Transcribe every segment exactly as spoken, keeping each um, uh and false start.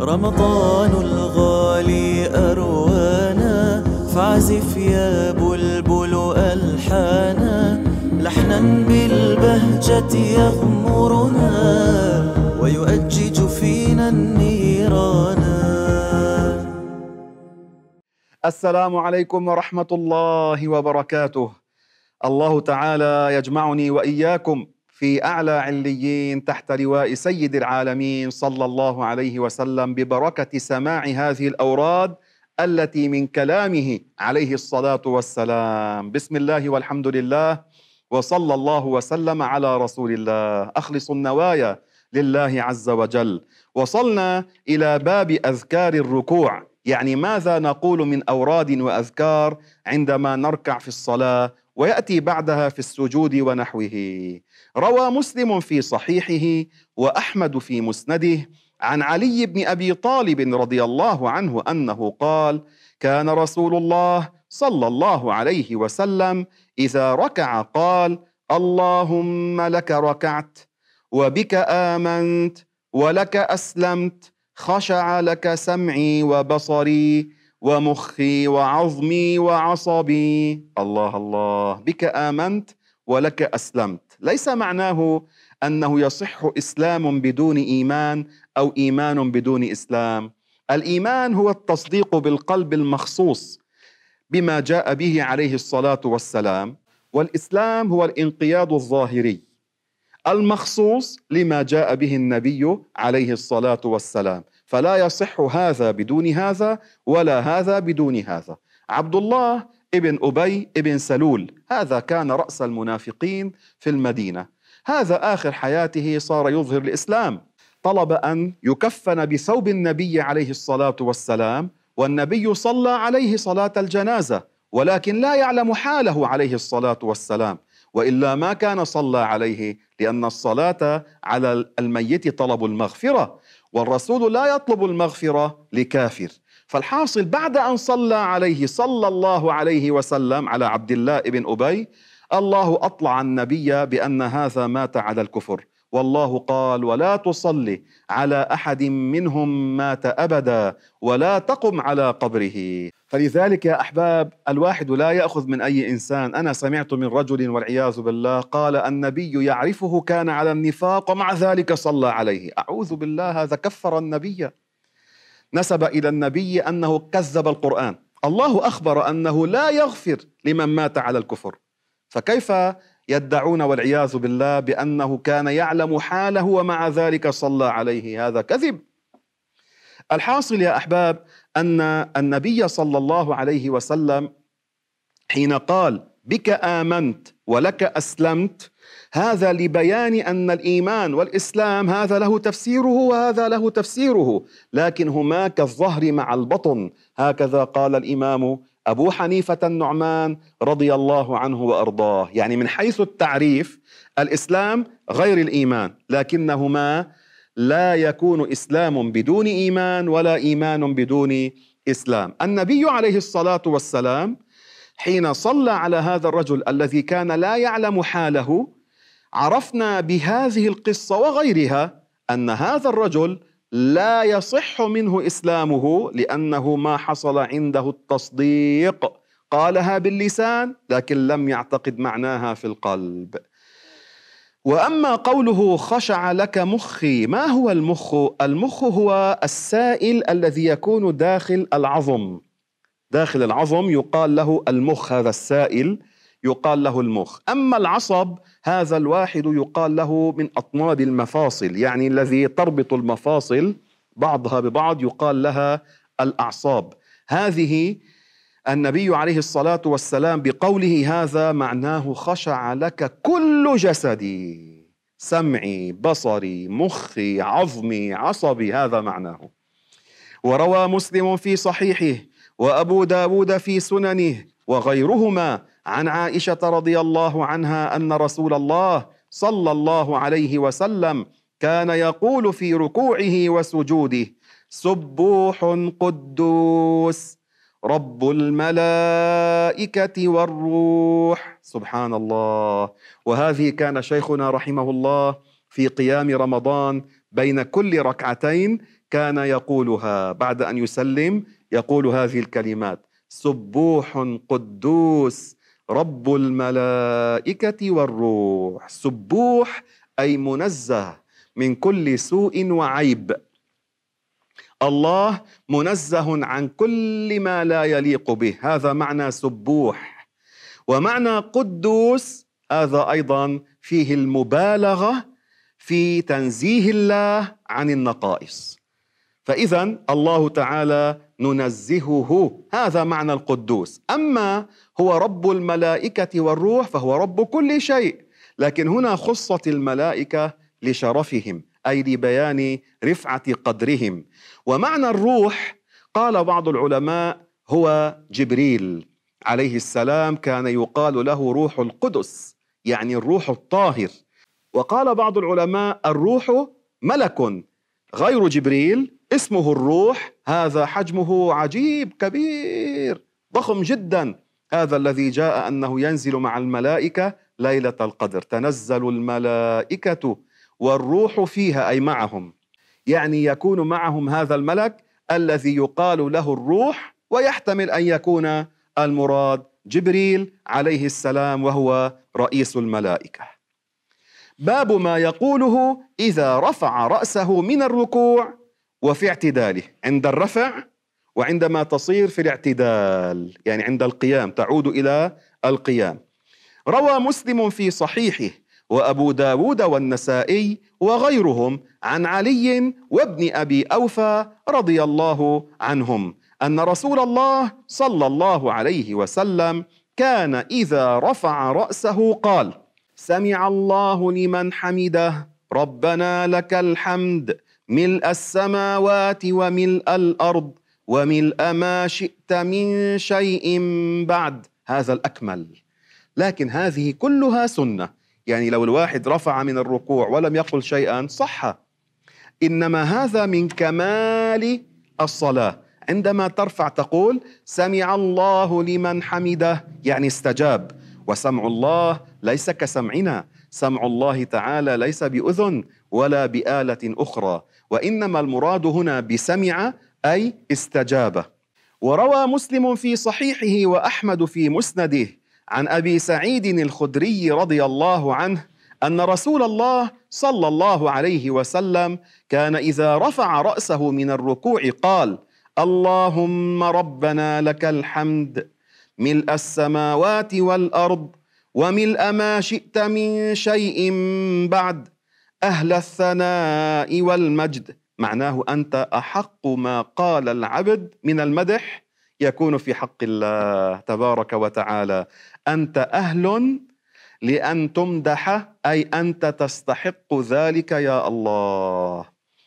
رمضان الغالي أروانا، فاعزف يا بلبل ألحانا، لحنا بالبهجة يغمرنا ويؤجج فينا النيرانا. السلام عليكم ورحمة الله وبركاته. الله تعالى يجمعني وإياكم في أعلى عليين تحت لواء سيد العالمين صلى الله عليه وسلم ببركة سماع هذه الأوراد التي من كلامه عليه الصلاة والسلام. بسم الله والحمد لله وصلى الله وسلم على رسول الله. أخلص النوايا لله عز وجل. وصلنا إلى باب أذكار الركوع، يعني ماذا نقول من أوراد وأذكار عندما نركع في الصلاة ويأتي بعدها في السجود ونحوه. روى مسلم في صحيحه وأحمد في مسنده عن علي بن أبي طالب رضي الله عنه أنه قال: كان رسول الله صلى الله عليه وسلم إذا ركع قال: اللهم لك ركعت وبك آمنت ولك أسلمت، خشع لك سمعي وبصري ومخي وعظمي وعصبي. الله الله، بك آمنت ولك أسلمت ليس معناه أنه يصح إسلام بدون إيمان أو إيمان بدون إسلام. الإيمان هو التصديق بالقلب المخصوص بما جاء به عليه الصلاة والسلام، والإسلام هو الانقياد الظاهري المخصوص لما جاء به النبي عليه الصلاة والسلام. فلا يصح هذا بدون هذا ولا هذا بدون هذا. عبد الله ابن أبي ابن سلول هذا كان رأس المنافقين في المدينة، هذا آخر حياته صار يظهر الإسلام، طلب أن يكفن بثوب النبي عليه الصلاة والسلام، والنبي صلى عليه صلاة الجنازة ولكن لا يعلم حاله عليه الصلاة والسلام، وإلا ما كان صلى عليه، لأن الصلاة على الميت طلب المغفرة، والرسول لا يطلب المغفرة لكافر. فالحاصل بعد أن صلى عليه صلى الله عليه وسلم على عبد الله ابن أبي، الله أطلع النبي بأن هذا مات على الكفر، والله قال: ولا تصلي على أحد منهم مات أبدا ولا تقم على قبره. فلذلك يا أحباب، الواحد لا يأخذ من أي إنسان. أنا سمعت من رجل والعياذ بالله قال: النبي يعرفه كان على النفاق ومع ذلك صلى عليه. أعوذ بالله، هذا كفر النبي، نسب إلى النبي أنه كذب القرآن. الله أخبر أنه لا يغفر لمن مات على الكفر، فكيف يدعون والعياذ بالله بأنه كان يعلم حاله ومع ذلك صلى عليه؟ هذا كذب. الحاصل يا أحباب أن النبي صلى الله عليه وسلم حين قال: بك آمنت ولك أسلمت، هذا لبيان أن الإيمان والإسلام هذا له تفسيره وهذا له تفسيره، لكن هما كالظهر مع البطن، هكذا قال الإمام أبو حنيفة النعمان رضي الله عنه وأرضاه. يعني من حيث التعريف الإسلام غير الإيمان، لكنهما لا يكون إسلام بدون إيمان ولا إيمان بدون إسلام. النبي عليه الصلاة والسلام حين صلى على هذا الرجل الذي كان لا يعلم حاله، عرفنا بهذه القصة وغيرها أن هذا الرجل لا يصح منه إسلامه، لأنه ما حصل عنده التصديق، قالها باللسان لكن لم يعتقد معناها في القلب. وأما قوله خشع لك مخي، ما هو المخ؟ المخ هو السائل الذي يكون داخل العظم، داخل العظم يقال له المخ، هذا السائل يقال له المخ. أما العصب هذا الواحد يقال له من أطناب المفاصل، يعني الذي تربط المفاصل بعضها ببعض يقال لها الأعصاب. هذه النبي عليه الصلاة والسلام بقوله هذا معناه خشع لك كل جسدي، سمعي بصري مخي عظمي عصبي، هذا معناه. وروى مسلم في صحيحه وأبو داود في سننه وغيرهما عن عائشة رضي الله عنها أن رسول الله صلى الله عليه وسلم كان يقول في ركوعه وسجوده: سبوح قدوس رب الملائكة والروح. سبحان الله. وهذه كان شيخنا رحمه الله في قيام رمضان بين كل ركعتين كان يقولها بعد أن يسلم، يقول هذه الكلمات: سبوح قدوس رب الملائكة والروح. سبوح أي منزه من كل سوء وعيب، الله منزه عن كل ما لا يليق به، هذا معنى سبوح. ومعنى قدوس هذا أيضا فيه المبالغة في تنزيه الله عن النقائص، فإذا الله تعالى ننزهه، هذا معنى القدوس. أما هو رب الملائكة والروح فهو رب كل شيء، لكن هنا خصت الملائكة لشرفهم أي لبيان رفعة قدرهم. ومعنى الروح قال بعض العلماء هو جبريل عليه السلام، كان يقال له روح القدس يعني الروح الطاهر. وقال بعض العلماء الروح ملك غير جبريل اسمه الروح، هذا حجمه عجيب كبير ضخم جدا، هذا الذي جاء أنه ينزل مع الملائكة ليلة القدر، تنزل الملائكة والروح فيها أي معهم، يعني يكون معهم هذا الملك الذي يقال له الروح، ويحتمل أن يكون المراد جبريل عليه السلام وهو رئيس الملائكة. باب ما يقوله إذا رفع رأسه من الركوع وفي اعتداله، عند الرفع وعندما تصير في الاعتدال، يعني عند القيام تعود إلى القيام. روى مسلم في صحيحه وأبو داود والنسائي وغيرهم عن علي وابن أبي أوفى رضي الله عنهم أن رسول الله صلى الله عليه وسلم كان إذا رفع رأسه قال: سمع الله لمن حمده ربنا لك الحمد ملء السماوات وملء الأرض وملء ما شئت من شيء بعد. هذا الأكمل، لكن هذه كلها سنة، يعني لو الواحد رفع من الركوع ولم يقل شيئا صح، إنما هذا من كمال الصلاة. عندما ترفع تقول سمع الله لمن حمده، يعني استجاب. وسمع الله ليس كسمعنا، سمع الله تعالى ليس بأذن ولا بآلة أخرى، وإنما المراد هنا بسمع أي استجاب. وروى مسلم في صحيحه وأحمد في مسنده عن أبي سعيد الخدري رضي الله عنه أن رسول الله صلى الله عليه وسلم كان إذا رفع رأسه من الركوع قال: اللهم ربنا لك الحمد ملء السماوات والأرض وملء ما شئت من شيء بعد، أهل الثناء والمجد. معناه أنت أحق ما قال العبد من المدح يكون في حق الله تبارك وتعالى، أنت أهل لأن تمدح، أي أنت تستحق ذلك يا الله.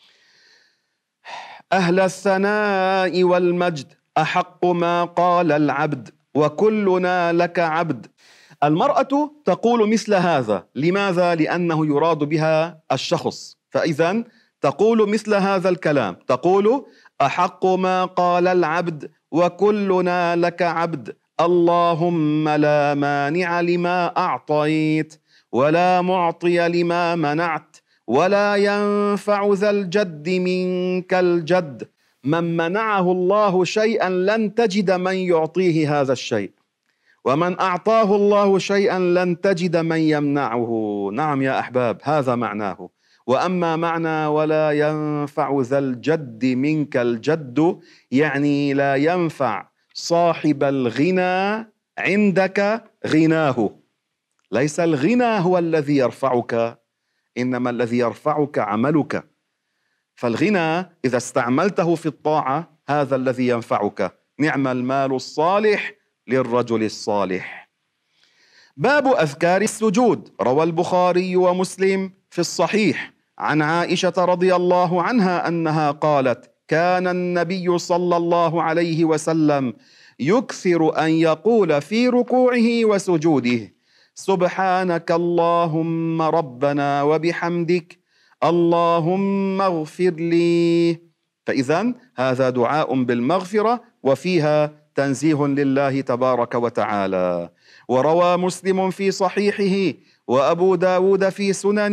أهل الثناء والمجد أحق ما قال العبد وكلنا لك عبد. المرأة تقول مثل هذا، لماذا؟ لأنه يراد بها الشخص، فإذا تقول مثل هذا الكلام، تقول أحق ما قال العبد وكلنا لك عبد، اللهم لا مانع لما أعطيت ولا معطي لما منعت ولا ينفع ذا الجد منك الجد. من منعه الله شيئا لن تجد من يعطيه هذا الشيء، ومن أعطاه الله شيئا لن تجد من يمنعه. نعم يا أحباب، هذا معناه. وأما معنى ولا ينفع ذا الجد منك الجد، يعني لا ينفع صاحب الغنى عندك غناه. ليس الغنى هو الذي يرفعك، إنما الذي يرفعك عملك. فالغنى إذا استعملته في الطاعة هذا الذي ينفعك. نعم المال الصالح للرجل الصالح. باب أذكار السجود. روى البخاري ومسلم في الصحيح عن عائشة رضي الله عنها أنها قالت: كان النبي صلى الله عليه وسلم يكثر أن يقول في ركوعه وسجوده: سبحانك اللهم ربنا وبحمدك اللهم اغفر لي. فإذا هذا دعاء بالمغفرة وفيها تنزيه لله تبارك وتعالى. وروى مسلم في صحيحه وأبو داود في سننه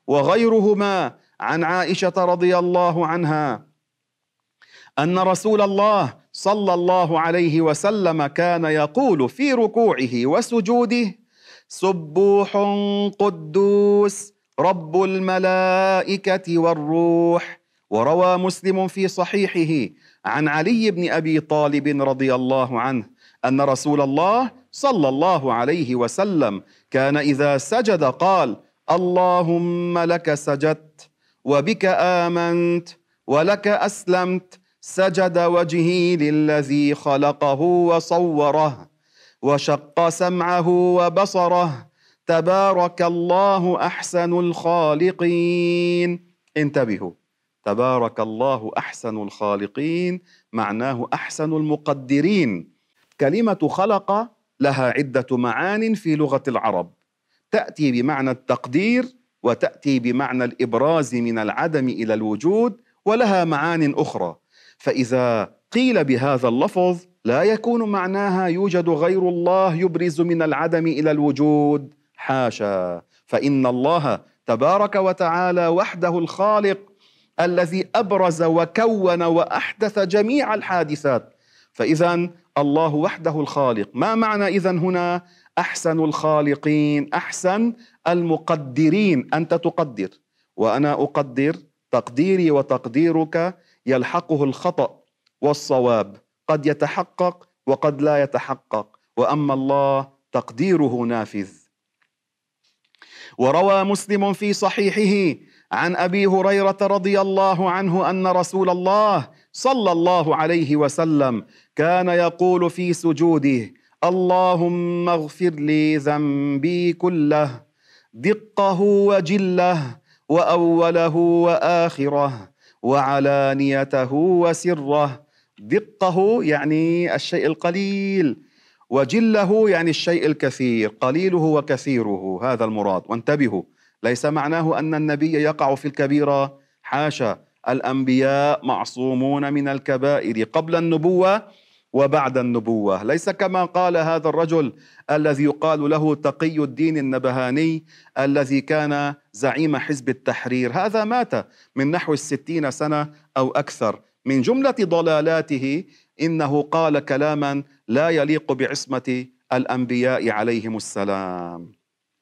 وغيرهما عن عائشة رضي الله عنها أن رسول الله صلى الله عليه وسلم كان يقول في ركوعه وسجوده: سبوح قدوس رب الملائكة والروح. وروى مسلم في صحيحه عن علي بن أبي طالب رضي الله عنه أن رسول الله صلى الله عليه وسلم كان إذا سجد قال: اللهم لك سجدت وبك آمنت ولك أسلمت، سجد وجهي للذي خلقه وصوره وشق سمعه وبصره، تبارك الله أحسن الخالقين. انتبهوا، تبارك الله أحسن الخالقين معناه أحسن المقدرين. كلمة خلق لها عدة معان في لغة العرب، تأتي بمعنى التقدير، وتأتي بمعنى الإبراز من العدم إلى الوجود، ولها معان أخرى. فإذا قيل بهذا اللفظ لا يكون معناها يوجد غير الله يبرز من العدم إلى الوجود، حاشا، فإن الله تبارك وتعالى وحده الخالق الذي أبرز وكون وأحدث جميع الحادثات. فإذا الله وحده الخالق. ما معنى إذن هنا أحسن الخالقين؟ أحسن المقدرين. أنت تقدر وأنا أقدر، تقديري وتقديرك يلحقه الخطأ والصواب، قد يتحقق وقد لا يتحقق، وأما الله تقديره نافذ. وروى مسلم في صحيحه عن أبي هريرة رضي الله عنه أن رسول الله صلى الله عليه وسلم كان يقول في سجوده: اللهم اغفر لي ذنبي كله، دقه وجله، وأوله وآخره، وعلانيته وسره. دقه يعني الشيء القليل، وجله يعني الشيء الكثير، قليله وكثيره، هذا المراد. وانتبهوا، ليس معناه أن النبي يقع في الكبيرة، حاشا، الأنبياء معصومون من الكبائر قبل النبوة وبعد النبوة، ليس كما قال هذا الرجل الذي يقال له تقي الدين النبهاني الذي كان زعيم حزب التحرير. هذا مات من نحو الستين سنة أو أكثر. من جملة ضلالاته إنه قال كلاما لا يليق بعصمة الأنبياء عليهم السلام.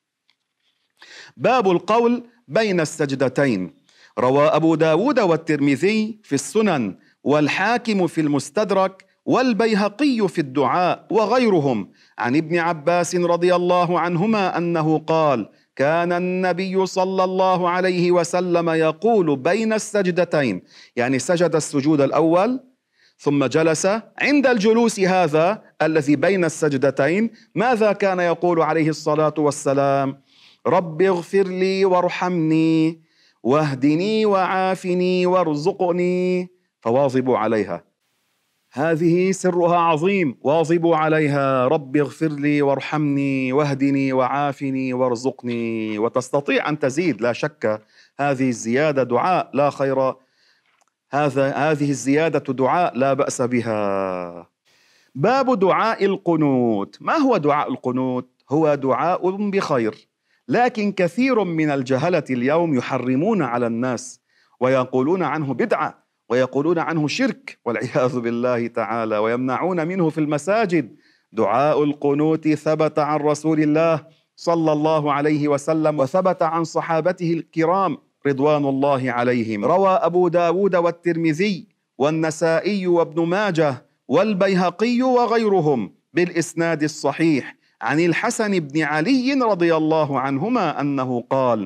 باب القول بين السجدتين. روى أبو داود والترمذي في السنن، والحاكم في المستدرك، والبيهقي في الدعاء، وغيرهم عن ابن عباس رضي الله عنهما أنه قال: كان النبي صلى الله عليه وسلم يقول بين السجدتين، يعني سجد السجود الأول ثم جلس، عند الجلوس هذا الذي بين السجدتين ماذا كان يقول عليه الصلاة والسلام؟ رب اغفر لي وارحمني واهدني وعافني وارزقني. فواظبوا عليها، هذه سرها عظيم، واظبوا عليها، رب اغفر لي وارحمني واهدني وعافني وارزقني. وتستطيع أن تزيد، لا شك، هذه الزيادة دعاء لا خير، هذا هذه الزيادة دعاء لا بأس بها. باب دعاء القنوت. ما هو دعاء القنوت؟ هو دعاء بخير، لكن كثير من الجهلة اليوم يحرمون على الناس ويقولون عنه بدعة ويقولون عنه شرك والعياذ بالله تعالى، ويمنعون منه في المساجد. دعاء القنوت ثبت عن رسول الله صلى الله عليه وسلم، وثبت عن صحابته الكرام رضوان الله عليهم. روى أبو داود والترمذي والنسائي وابن ماجه والبيهقي وغيرهم بالإسناد الصحيح عن الحسن بن علي رضي الله عنهما أنه قال: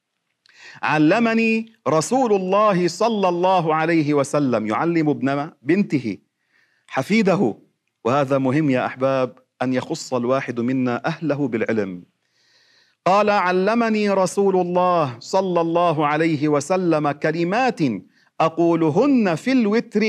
علمني رسول الله صلى الله عليه وسلم، يعلم ابن بنته حفيده، وهذا مهم يا أحباب أن يخص الواحد منا أهله بالعلم. قال: علمني رسول الله صلى الله عليه وسلم كلمات أقولهن في الوتر: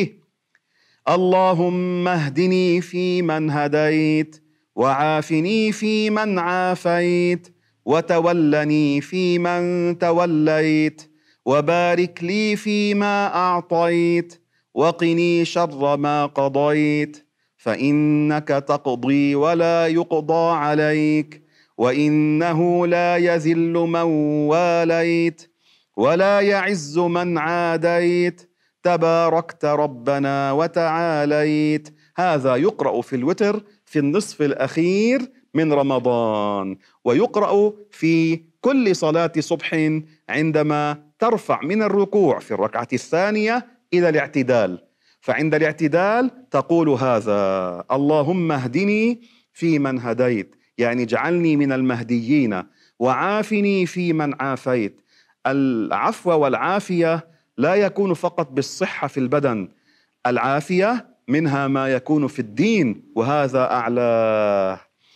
اللهم اهدني فيمن هديت، وعافني فيمن عافيت، وتولني فيمن توليت، وبارك لي فيما أعطيت، وقني شر ما قضيت، فإنك تقضي ولا يقضى عليك، وإنه لا يذل من واليت، ولا يعز من عاديت تباركت ربنا وتعاليت. هذا يقرأ في الوتر في النصف الأخير من رمضان، ويقرأ في كل صلاة صبح عندما ترفع من الركوع في الركعة الثانية إلى الاعتدال. فعند الاعتدال تقول هذا: اللهم اهدني فيمن هديت، يعني اجعلني من المهديين، وعافني فيمن عافيت. العفو والعافية لا يكون فقط بالصحة في البدن، العافية منها ما يكون في الدين، وهذا أعلاه.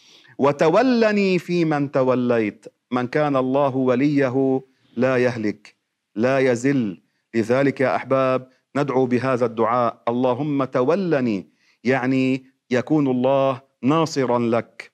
وتولني فيمن توليت، من كان الله وليه لا يهلك لا يزل. لذلك يا أحباب ندعو بهذا الدعاء: اللهم تولني، يعني يكون الله ناصرا لك.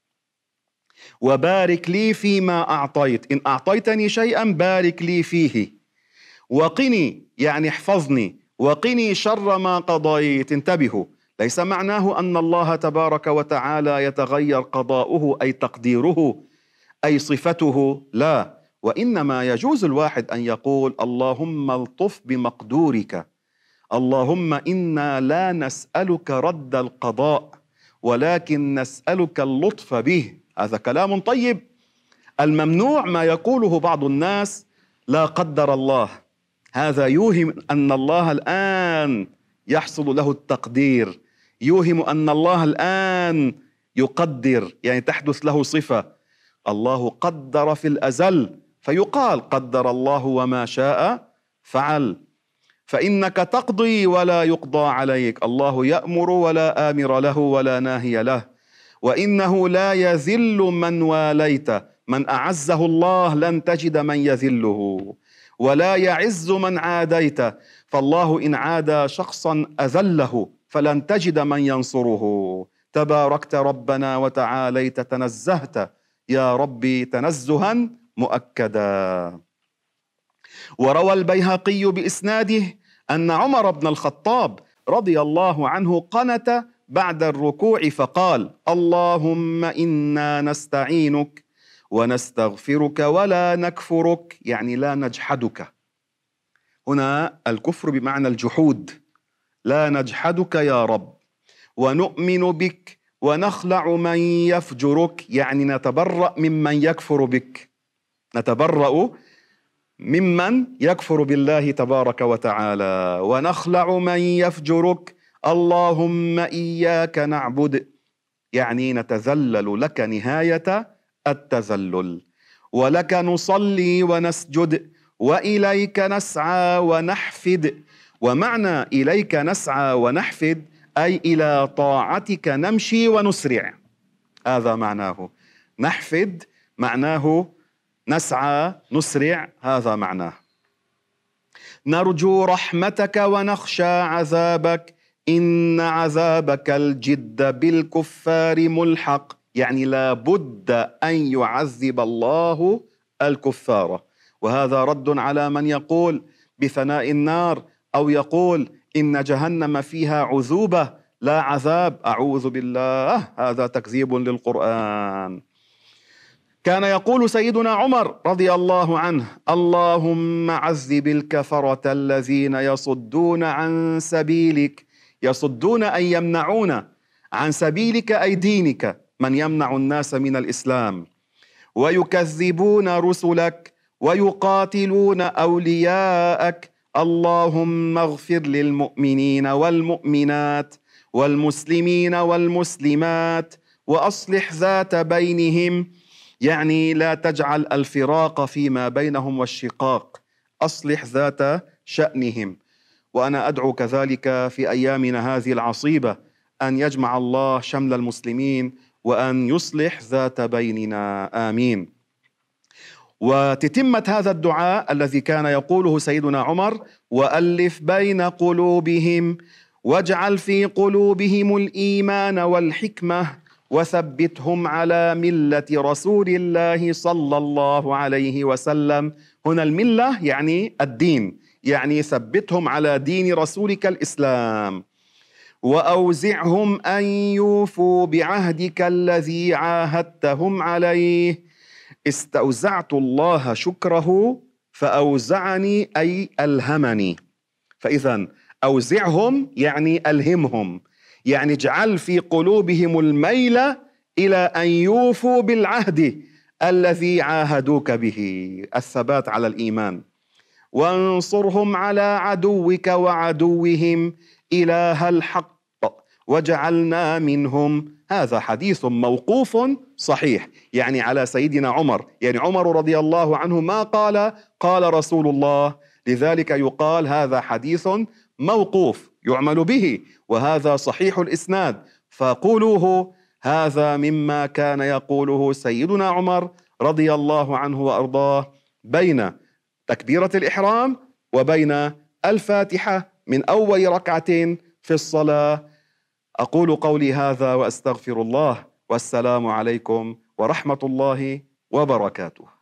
وبارك لي فيما أعطيت، إن أعطيتني شيئا بارك لي فيه. وقني، يعني احفظني، وقني شر ما قضيت. انتبهوا، ليس معناه أن الله تبارك وتعالى يتغير قضاؤه أي تقديره أي صفته، لا، وإنما يجوز الواحد أن يقول: اللهم الطف بمقدورك، اللهم إنا لا نسألك رد القضاء ولكن نسألك اللطف به. هذا كلام طيب. الممنوع ما يقوله بعض الناس: لا قدر الله. هذا يوهم أن الله الآن يحصل له التقدير، يوهم أن الله الآن يقدر، يعني تحدث له صفة. الله قدر في الأزل، فيقال قدر الله وما شاء فعل. فإنك تقضي ولا يقضى عليك، الله يأمر ولا آمر له ولا ناهي له. وإنه لا يذل من واليت، من أعزه الله لن تجد من يذله، ولا يعز من عاديت، فالله إن عادى شخصا أذله فلن تجد من ينصره. تباركت ربنا وتعاليت، تنزهت يا ربي تنزها مؤكدا. وروى البيهقي بإسناده أن عمر بن الخطاب رضي الله عنه قنت بعد الركوع فقال: اللهم إنا نستعينك ونستغفرك ولا نكفرك، يعني لا نجحدك. هنا الكفر بمعنى الجحود، لا نجحدك يا رب، ونؤمن بك ونخلع من يفجرك، يعني نتبرأ ممن يكفر بك، نتبرأ ممن يكفر بالله تبارك وتعالى، ونخلع من يفجرك. اللهم إياك نعبد، يعني نتذلل لك نهاية التذلل، ولك نصلي ونسجد، وإليك نسعى ونحفد. ومعنى إليك نسعى ونحفد أي إلى طاعتك نمشي ونسرع، هذا معناه. نحفد معناه نسعى نسرع، هذا معناه. نرجو رحمتك ونخشى عذابك، إن عذابك الجد بالكفار ملحق، يعني لا بد أن يعذب الله الكفار. وهذا رد على من يقول بثناء النار، أو يقول إن جهنم فيها عذوبة لا عذاب، أعوذ بالله، هذا تكذيب للقرآن. كان يقول سيدنا عمر رضي الله عنه: اللهم عذب الكفرة الذين يصدون عن سبيلك، يصدون أي يمنعون عن سبيلك أي دينك، من يمنع الناس من الإسلام، ويكذبون رسلك ويقاتلون أولياءك. اللهم اغفر للمؤمنين والمؤمنات والمسلمين والمسلمات وأصلح ذات بينهم، يعني لا تجعل الفراق فيما بينهم والشقاق، أصلح ذات شأنهم. وأنا أدعو كذلك في أيامنا هذه العصيبة أن يجمع الله شمل المسلمين وأن يصلح ذات بيننا، آمين. وتتمة هذا الدعاء الذي كان يقوله سيدنا عمر: وألف بين قلوبهم واجعل في قلوبهم الإيمان والحكمة وثبتهم على ملة رسول الله صلى الله عليه وسلم. هنا الملة يعني الدين، يعني ثبتهم على دين رسولك الإسلام. وأوزعهم أن يوفوا بعهدك الذي عاهدتهم عليه. استوزعت الله شكره فأوزعني أي ألهمني. فإذا أوزعهم يعني ألهمهم، يعني اجعل في قلوبهم الميل إلى أن يوفوا بالعهد الذي عاهدوك به، الثبات على الإيمان. وانصرهم على عدوك وعدوهم إله الحق وجعلنا منهم. هذا حديث موقوف صحيح، يعني على سيدنا عمر، يعني عمر رضي الله عنه ما قال قال رسول الله، لذلك يقال هذا حديث موقوف يعمل به، وهذا صحيح الإسناد، فقولوه هذا مما كان يقوله سيدنا عمر رضي الله عنه وأرضاه بين تكبيرة الإحرام وبين الفاتحة من أول ركعة في الصلاة. أقول قولي هذا وأستغفر الله، والسلام عليكم ورحمة الله وبركاته.